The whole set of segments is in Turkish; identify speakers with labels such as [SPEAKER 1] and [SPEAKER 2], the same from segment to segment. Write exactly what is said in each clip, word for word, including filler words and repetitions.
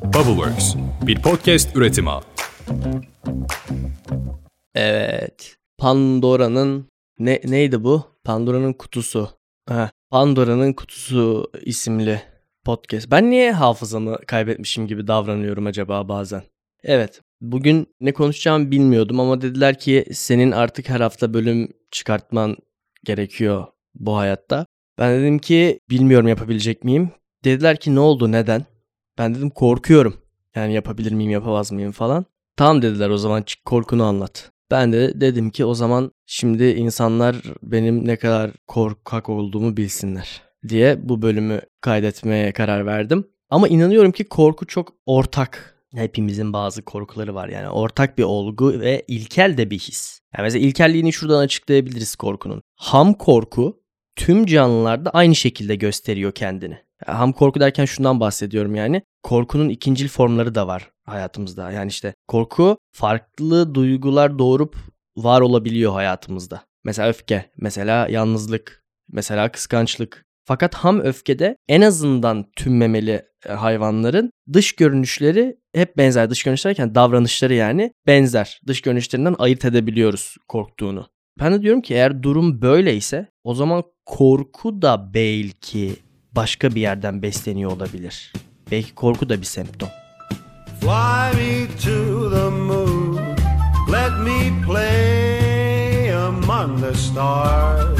[SPEAKER 1] Bubbleworks, bir podcast üretimi.
[SPEAKER 2] Evet. Pandora'nın ne neydi bu? Pandora'nın kutusu. Ha, Pandora'nın kutusu isimli podcast. Ben niye hafızamı kaybetmişim gibi davranıyorum acaba bazen? Evet. Bugün ne konuşacağımı bilmiyordum ama dediler ki senin artık her hafta bölüm çıkartman gerekiyor bu hayatta. Ben dedim ki bilmiyorum yapabilecek miyim? Dediler ki ne oldu, neden? Ben dedim korkuyorum. Yani yapabilir miyim, yapamaz mıyım falan. Tamam dediler, o zaman çık korkunu anlat. Ben de dedim ki o zaman şimdi insanlar benim ne kadar korkak olduğumu bilsinler diye bu bölümü kaydetmeye karar verdim. Ama inanıyorum ki korku çok ortak. Hepimizin bazı korkuları var, yani ortak bir olgu ve ilkel de bir his. Yani mesela ilkelliğini şuradan açıklayabiliriz korkunun. Ham korku tüm canlılarda aynı şekilde gösteriyor kendini. Yani ham korku derken şundan bahsediyorum yani. Korkunun ikincil formları da var hayatımızda. Yani işte korku farklı duygular doğurup var olabiliyor hayatımızda. Mesela öfke, mesela yalnızlık, mesela kıskançlık. Fakat ham öfkede en azından tüm memeli hayvanların dış görünüşleri hep benzer. Dış görünüş derken davranışları yani benzer. Dış görünüşlerinden ayırt edebiliyoruz korktuğunu. Ben de diyorum ki eğer durum böyleyse o zaman korku da belki başka bir yerden besleniyor olabilir. Belki korku da bir semptom.
[SPEAKER 3] Fly me to the moon, let me play among the stars.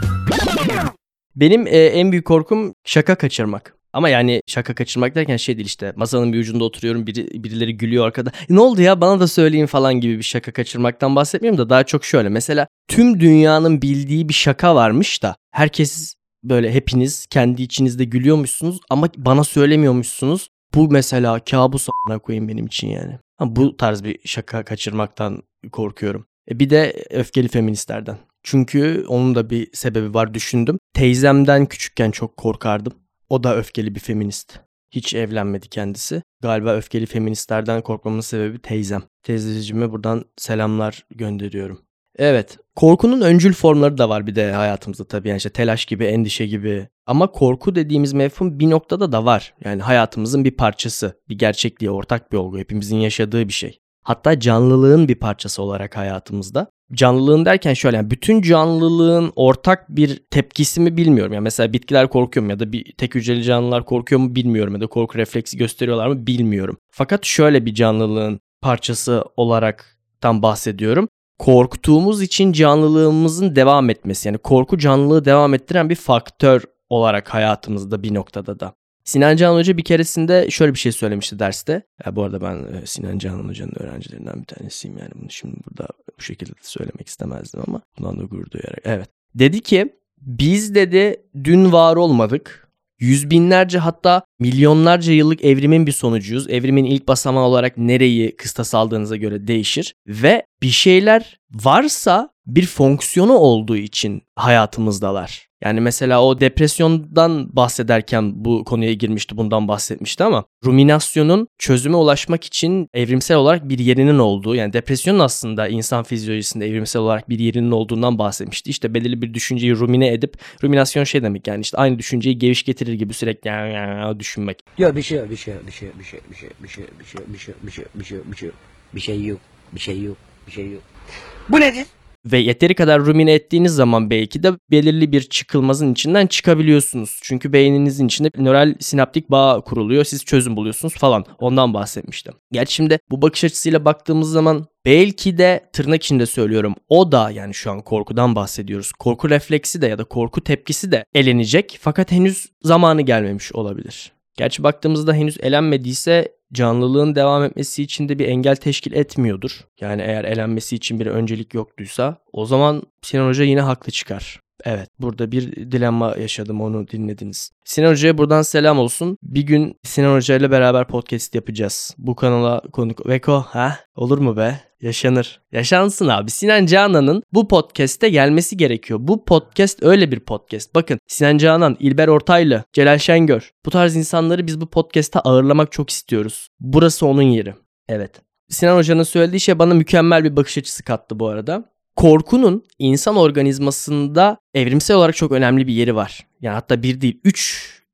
[SPEAKER 2] Benim e, en büyük korkum şaka kaçırmak. Ama yani şaka kaçırmak derken şey değil, işte masanın bir ucunda oturuyorum, biri, birileri gülüyor arkada. Ne oldu ya, bana da söyleyin falan gibi bir şaka kaçırmaktan bahsetmiyorum da daha çok şöyle. Mesela tüm dünyanın bildiği bir şaka varmış da herkes böyle, hepiniz kendi içinizde gülüyormuşsunuz ama bana söylemiyormuşsunuz. Bu mesela kabus a**ına koyayım benim için yani. Ama bu tarz bir şaka kaçırmaktan korkuyorum. E bir de öfkeli feministlerden. Çünkü onun da bir sebebi var, düşündüm. Teyzemden küçükken çok korkardım. O da öfkeli bir feminist. Hiç evlenmedi kendisi. Galiba öfkeli feministlerden korkmamın sebebi teyzem. Teyzeciğime buradan selamlar gönderiyorum. Evet, korkunun öncül formları da var bir de hayatımızda tabii. Yani işte telaş gibi, endişe gibi. Ama korku dediğimiz mefhum bir noktada da var. Yani hayatımızın bir parçası, bir gerçekliği, ortak bir olgu, hepimizin yaşadığı bir şey. Hatta canlılığın bir parçası olarak hayatımızda. Canlılığın derken şöyle, yani bütün canlılığın ortak bir tepkisi mi bilmiyorum. Yani mesela bitkiler korkuyor mu ya da bir tek hücreli canlılar korkuyor mu bilmiyorum ya da korku refleksi gösteriyorlar mı bilmiyorum. Fakat şöyle bir canlılığın parçası olaraktan bahsediyorum. Korktuğumuz için canlılığımızın devam etmesi, yani korku canlılığı devam ettiren bir faktör olarak hayatımızda bir noktada da. Sinan Canan Hoca bir keresinde şöyle bir şey söylemişti derste. Ya bu arada ben Sinan Canan Hoca'nın öğrencilerinden bir tanesiyim, yani bunu şimdi burada bu şekilde söylemek istemezdim ama bundan da gurur duyarak. Evet. Dedi ki biz dedi dün var olmadık. Yüz binlerce hatta milyonlarca yıllık evrimin bir sonucuyuz. Evrimin ilk basamağı olarak nereyi kıstas aldığınıza göre değişir. Ve bir şeyler varsa bir fonksiyonu olduğu için hayatımızdalar. Yani mesela o depresyondan bahsederken bu konuya girmişti, bundan bahsetmişti ama ruminasyonun çözüme ulaşmak için evrimsel olarak bir yerinin olduğu, yani depresyonun aslında insan fizyolojisinde evrimsel olarak bir yerinin olduğundan bahsetmişti. İşte belirli bir düşünceyi rumine edip, ruminasyon şey demek yani işte aynı düşünceyi geviş getirir gibi sürekli ya, ya, ya, düşünmek.
[SPEAKER 4] Ya bir şey bir şey bir şey bir şey bir şey bir şey bir şey bir şey bir şey bir şey bir şey bir şey yok bir şey yok bir şey yok. Bu nedir?
[SPEAKER 2] Ve yeteri kadar rumine ettiğiniz zaman belki de belirli bir çıkılmazın içinden çıkabiliyorsunuz. Çünkü beyninizin içinde nöral sinaptik bağ kuruluyor. Siz çözüm buluyorsunuz falan. Ondan bahsetmiştim. Gerçi şimdi bu bakış açısıyla baktığımız zaman belki de tırnak içinde söylüyorum, o da, yani şu an korkudan bahsediyoruz. Korku refleksi de ya da korku tepkisi de elenecek. Fakat henüz zamanı gelmemiş olabilir. Gerçi baktığımızda henüz elenmediyse canlılığın devam etmesi için de bir engel teşkil etmiyordur. Yani eğer elenmesi için bir öncelik yoktuysa o zaman Sinan Hoca yine haklı çıkar. Evet, burada bir dilemma yaşadım, onu dinlediniz. Sinan Hoca'ya buradan selam olsun. Bir gün Sinan Hoca ile beraber podcast yapacağız. Bu kanala konuk... Veko, ha? Olur mu be? Yaşanır. Yaşansın abi. Sinan Canan'ın bu podcast'e gelmesi gerekiyor. Bu podcast öyle bir podcast. Bakın Sinan Canan, İlber Ortaylı, Celal Şengör. Bu tarz insanları biz bu podcast'ta ağırlamak çok istiyoruz. Burası onun yeri. Evet. Sinan Hoca'nın söylediği şey bana mükemmel bir bakış açısı kattı bu arada. Korkunun insan organizmasında evrimsel olarak çok önemli bir yeri var. Yani hatta bir değil, üç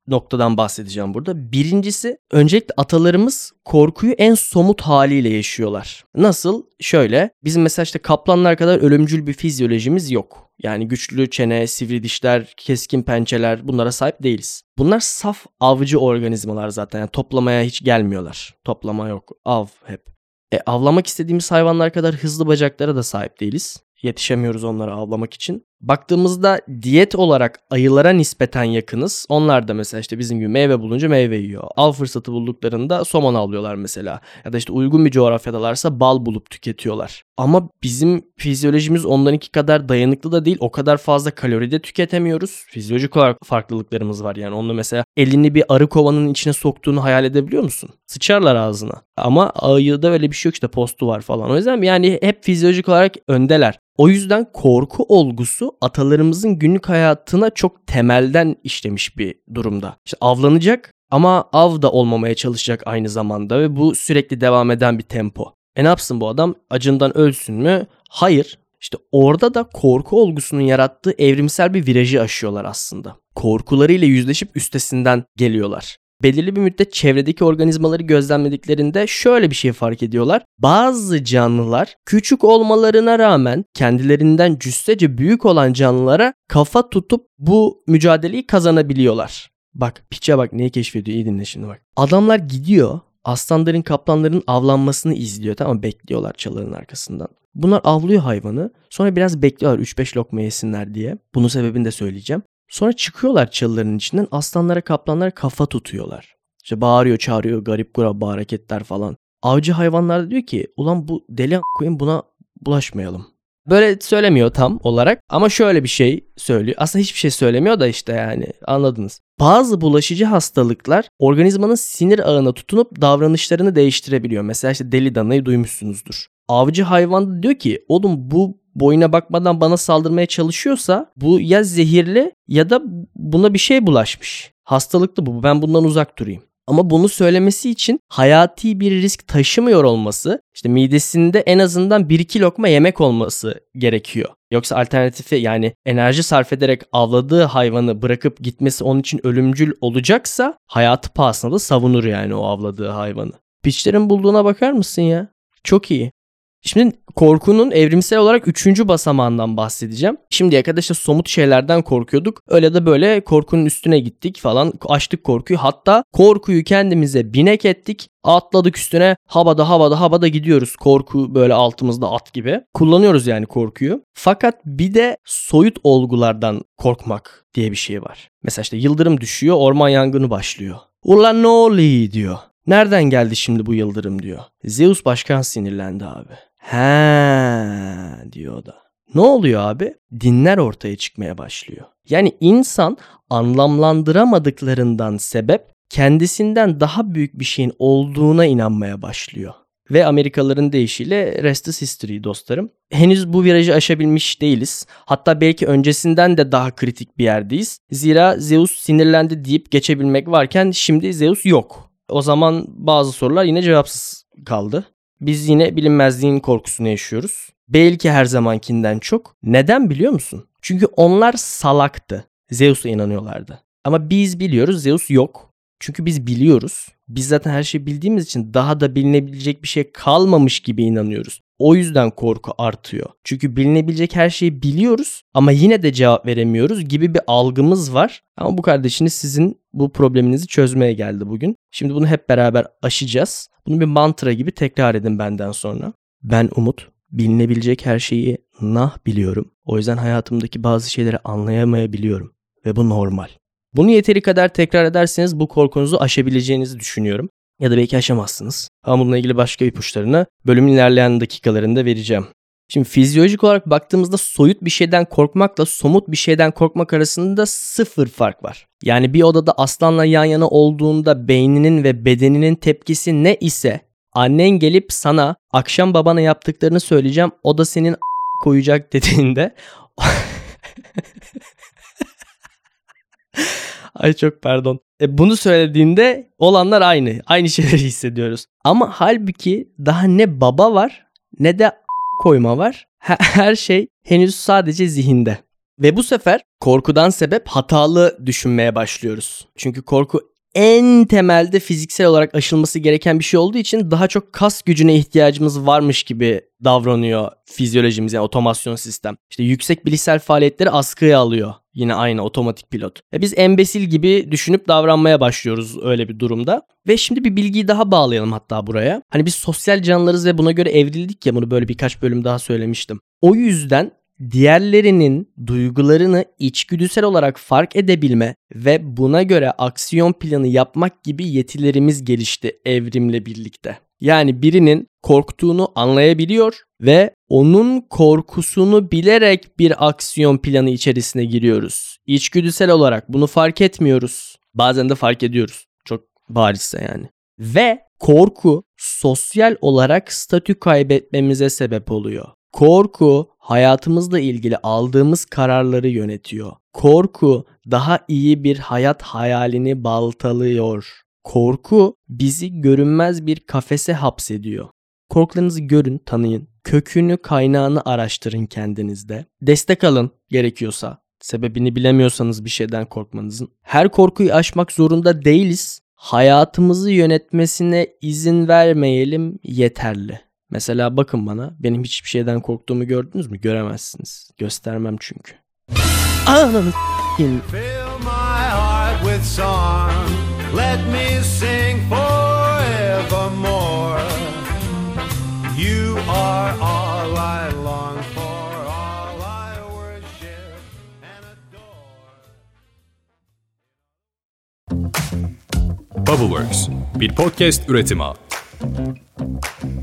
[SPEAKER 2] noktadan bahsedeceğim burada. Birincisi, öncelikle atalarımız korkuyu en somut haliyle yaşıyorlar. Nasıl? Şöyle, bizim mesela işte kaplanlar kadar ölümcül bir fizyolojimiz yok. Yani güçlü çene, sivri dişler, keskin pençeler, bunlara sahip değiliz. Bunlar saf avcı organizmalar zaten. Yani toplamaya hiç gelmiyorlar. Toplama yok. Av hep. E, avlamak istediğimiz hayvanlar kadar hızlı bacaklara da sahip değiliz. Yetişemiyoruz onlara avlamak için. Baktığımızda diyet olarak ayılara nispeten yakınız. Onlar da mesela işte bizim gibi meyve bulunca meyve yiyor. Av fırsatı bulduklarında somon avlıyorlar mesela. Ya da işte uygun bir coğrafyadalarsa bal bulup tüketiyorlar. Ama bizim fizyolojimiz onlarınki kadar dayanıklı da değil. O kadar fazla kalori de tüketemiyoruz. Fizyolojik olarak farklılıklarımız var yani. Onu mesela elini bir arı kovanın içine soktuğunu hayal edebiliyor musun? Sıçarlar ağzına. Ama ayıda öyle bir şey yok, işte postu var falan. O yüzden yani hep fizyolojik olarak öndeler. O yüzden korku olgusu atalarımızın günlük hayatına çok temelden işlemiş bir durumda. İşte avlanacak ama av da olmamaya çalışacak aynı zamanda ve bu sürekli devam eden bir tempo. E ne yapsın bu adam? Acından ölsün mü? Hayır. İşte orada da korku olgusunun yarattığı evrimsel bir virajı aşıyorlar aslında. Korkularıyla yüzleşip üstesinden geliyorlar. Belirli bir müddet çevredeki organizmaları gözlemlediklerinde şöyle bir şey fark ediyorlar. Bazı canlılar küçük olmalarına rağmen kendilerinden cüssece büyük olan canlılara kafa tutup bu mücadeleyi kazanabiliyorlar. Bak piçe bak neyi keşfediyor, iyi dinle şimdi bak. Adamlar gidiyor aslanların kaplanların avlanmasını izliyor, tamam, bekliyorlar çalıların arkasından. Bunlar avlıyor hayvanı, sonra biraz bekliyorlar üç beş lokma yesinler diye. Bunun sebebini de söyleyeceğim. Sonra çıkıyorlar çalıların içinden, aslanlara kaplanlara kafa tutuyorlar. İşte bağırıyor çağırıyor, garip guraba hareketler falan. Avcı hayvanlar da diyor ki ulan bu deli a**ayım, buna bulaşmayalım. Böyle söylemiyor tam olarak ama şöyle bir şey söylüyor. Aslında hiçbir şey söylemiyor da işte yani anladınız. Bazı bulaşıcı hastalıklar organizmanın sinir ağına tutunup davranışlarını değiştirebiliyor. Mesela işte deli danayı duymuşsunuzdur. Avcı hayvan da diyor ki oğlum bu boyuna bakmadan bana saldırmaya çalışıyorsa bu ya zehirli ya da buna bir şey bulaşmış. Hastalıklı bu, ben bundan uzak durayım. Ama bunu söylemesi için hayati bir risk taşımıyor olması, işte midesinde en azından bir iki lokma yemek olması gerekiyor. Yoksa alternatifi, yani enerji sarf ederek avladığı hayvanı bırakıp gitmesi onun için ölümcül olacaksa hayatı pahasına da savunur yani o avladığı hayvanı. Piçlerin bulduğuna bakar mısın ya? Çok iyi. Şimdi korkunun evrimsel olarak üçüncü basamağından bahsedeceğim. Şimdiye kadar işte somut şeylerden korkuyorduk. Öyle de böyle korkunun üstüne gittik falan. Açtık korkuyu. Hatta korkuyu kendimize binek ettik. Atladık üstüne. Havada havada havada gidiyoruz. Korku böyle altımızda at gibi. Kullanıyoruz yani korkuyu. Fakat bir de soyut olgulardan korkmak diye bir şey var. Mesela işte yıldırım düşüyor. Orman yangını başlıyor. Ulan ne oluyor diyor. Nereden geldi şimdi bu yıldırım diyor. Zeus başkan sinirlendi abi. He diyor o da. Ne oluyor abi? Dinler ortaya çıkmaya başlıyor. Yani insan anlamlandıramadıklarından sebep kendisinden daha büyük bir şeyin olduğuna inanmaya başlıyor. Ve Amerikalıların deyişiyle rest is history dostlarım. Henüz bu virajı aşabilmiş değiliz. Hatta belki öncesinden de daha kritik bir yerdeyiz. Zira Zeus sinirlendi deyip geçebilmek varken şimdi Zeus yok. O zaman bazı sorular yine cevapsız kaldı. Biz yine bilinmezliğin korkusunu yaşıyoruz. Belki her zamankinden çok. Neden biliyor musun? Çünkü onlar salaktı. Zeus'a inanıyorlardı. Ama biz biliyoruz, Zeus yok. Çünkü biz biliyoruz. Biz zaten her şeyi bildiğimiz için daha da bilinebilecek bir şey kalmamış gibi inanıyoruz. O yüzden korku artıyor. Çünkü bilinebilecek her şeyi biliyoruz ama yine de cevap veremiyoruz gibi bir algımız var. Ama bu kardeşiniz sizin bu probleminizi çözmeye geldi bugün. Şimdi bunu hep beraber aşacağız. Bunu bir mantra gibi tekrar edin benden sonra. Ben Umut, bilinebilecek her şeyi nah biliyorum. O yüzden hayatımdaki bazı şeyleri anlayamayabiliyorum. Ve bu normal. Bunu yeteri kadar tekrar ederseniz bu korkunuzu aşabileceğinizi düşünüyorum. Ya da belki aşamazsınız. Ama bununla ilgili başka ipuçlarını bölümün ilerleyen dakikalarında vereceğim. Şimdi fizyolojik olarak baktığımızda soyut bir şeyden korkmakla somut bir şeyden korkmak arasında sıfır fark var. Yani bir odada aslanla yan yana olduğunda beyninin ve bedeninin tepkisi ne ise annen gelip sana akşam babana yaptıklarını söyleyeceğim, o da senin a- koyacak dediğinde ay çok pardon. E bunu söylediğinde olanlar aynı. Aynı şeyleri hissediyoruz. Ama halbuki daha ne baba var ne de a- koyma var. Her şey henüz sadece zihinde. Ve bu sefer korkudan sebep hatalı düşünmeye başlıyoruz. Çünkü korku en temelde fiziksel olarak aşılması gereken bir şey olduğu için daha çok kas gücüne ihtiyacımız varmış gibi davranıyor fizyolojimiz, yani otomasyon sistem. İşte yüksek bilişsel faaliyetleri askıya alıyor. Yine aynı otomatik pilot. E biz embesil gibi düşünüp davranmaya başlıyoruz öyle bir durumda. Ve şimdi bir bilgiyi daha bağlayalım hatta buraya. Hani biz sosyal canlılarız ve buna göre evrildik ya, bunu böyle birkaç bölüm daha söylemiştim. O yüzden diğerlerinin duygularını içgüdüsel olarak fark edebilme ve buna göre aksiyon planı yapmak gibi yetilerimiz gelişti evrimle birlikte. Yani birinin korktuğunu anlayabiliyor ve onun korkusunu bilerek bir aksiyon planı içerisine giriyoruz. İçgüdüsel olarak bunu fark etmiyoruz. Bazen de fark ediyoruz. Çok barizse yani. Ve korku sosyal olarak statü kaybetmemize sebep oluyor. Korku hayatımızla ilgili aldığımız kararları yönetiyor. Korku daha iyi bir hayat hayalini baltalıyor. Korku bizi görünmez bir kafese hapsediyor. Korkularınızı görün, tanıyın. Kökünü, kaynağını araştırın kendinizde. Destek alın gerekiyorsa. Sebebini bilemiyorsanız bir şeyden korkmanızın. Her korkuyu aşmak zorunda değiliz. Hayatımızı yönetmesine izin vermeyelim yeterli. Mesela bakın bana, benim hiçbir şeyden korktuğumu gördünüz mü? Göremezsiniz. Göstermem çünkü. Ananı s**eyim.
[SPEAKER 3] Fill my heart with song. Let me sing forevermore. You are all I long for, all I worship and adore.
[SPEAKER 1] Bubbleworks, bir podcast üretimi.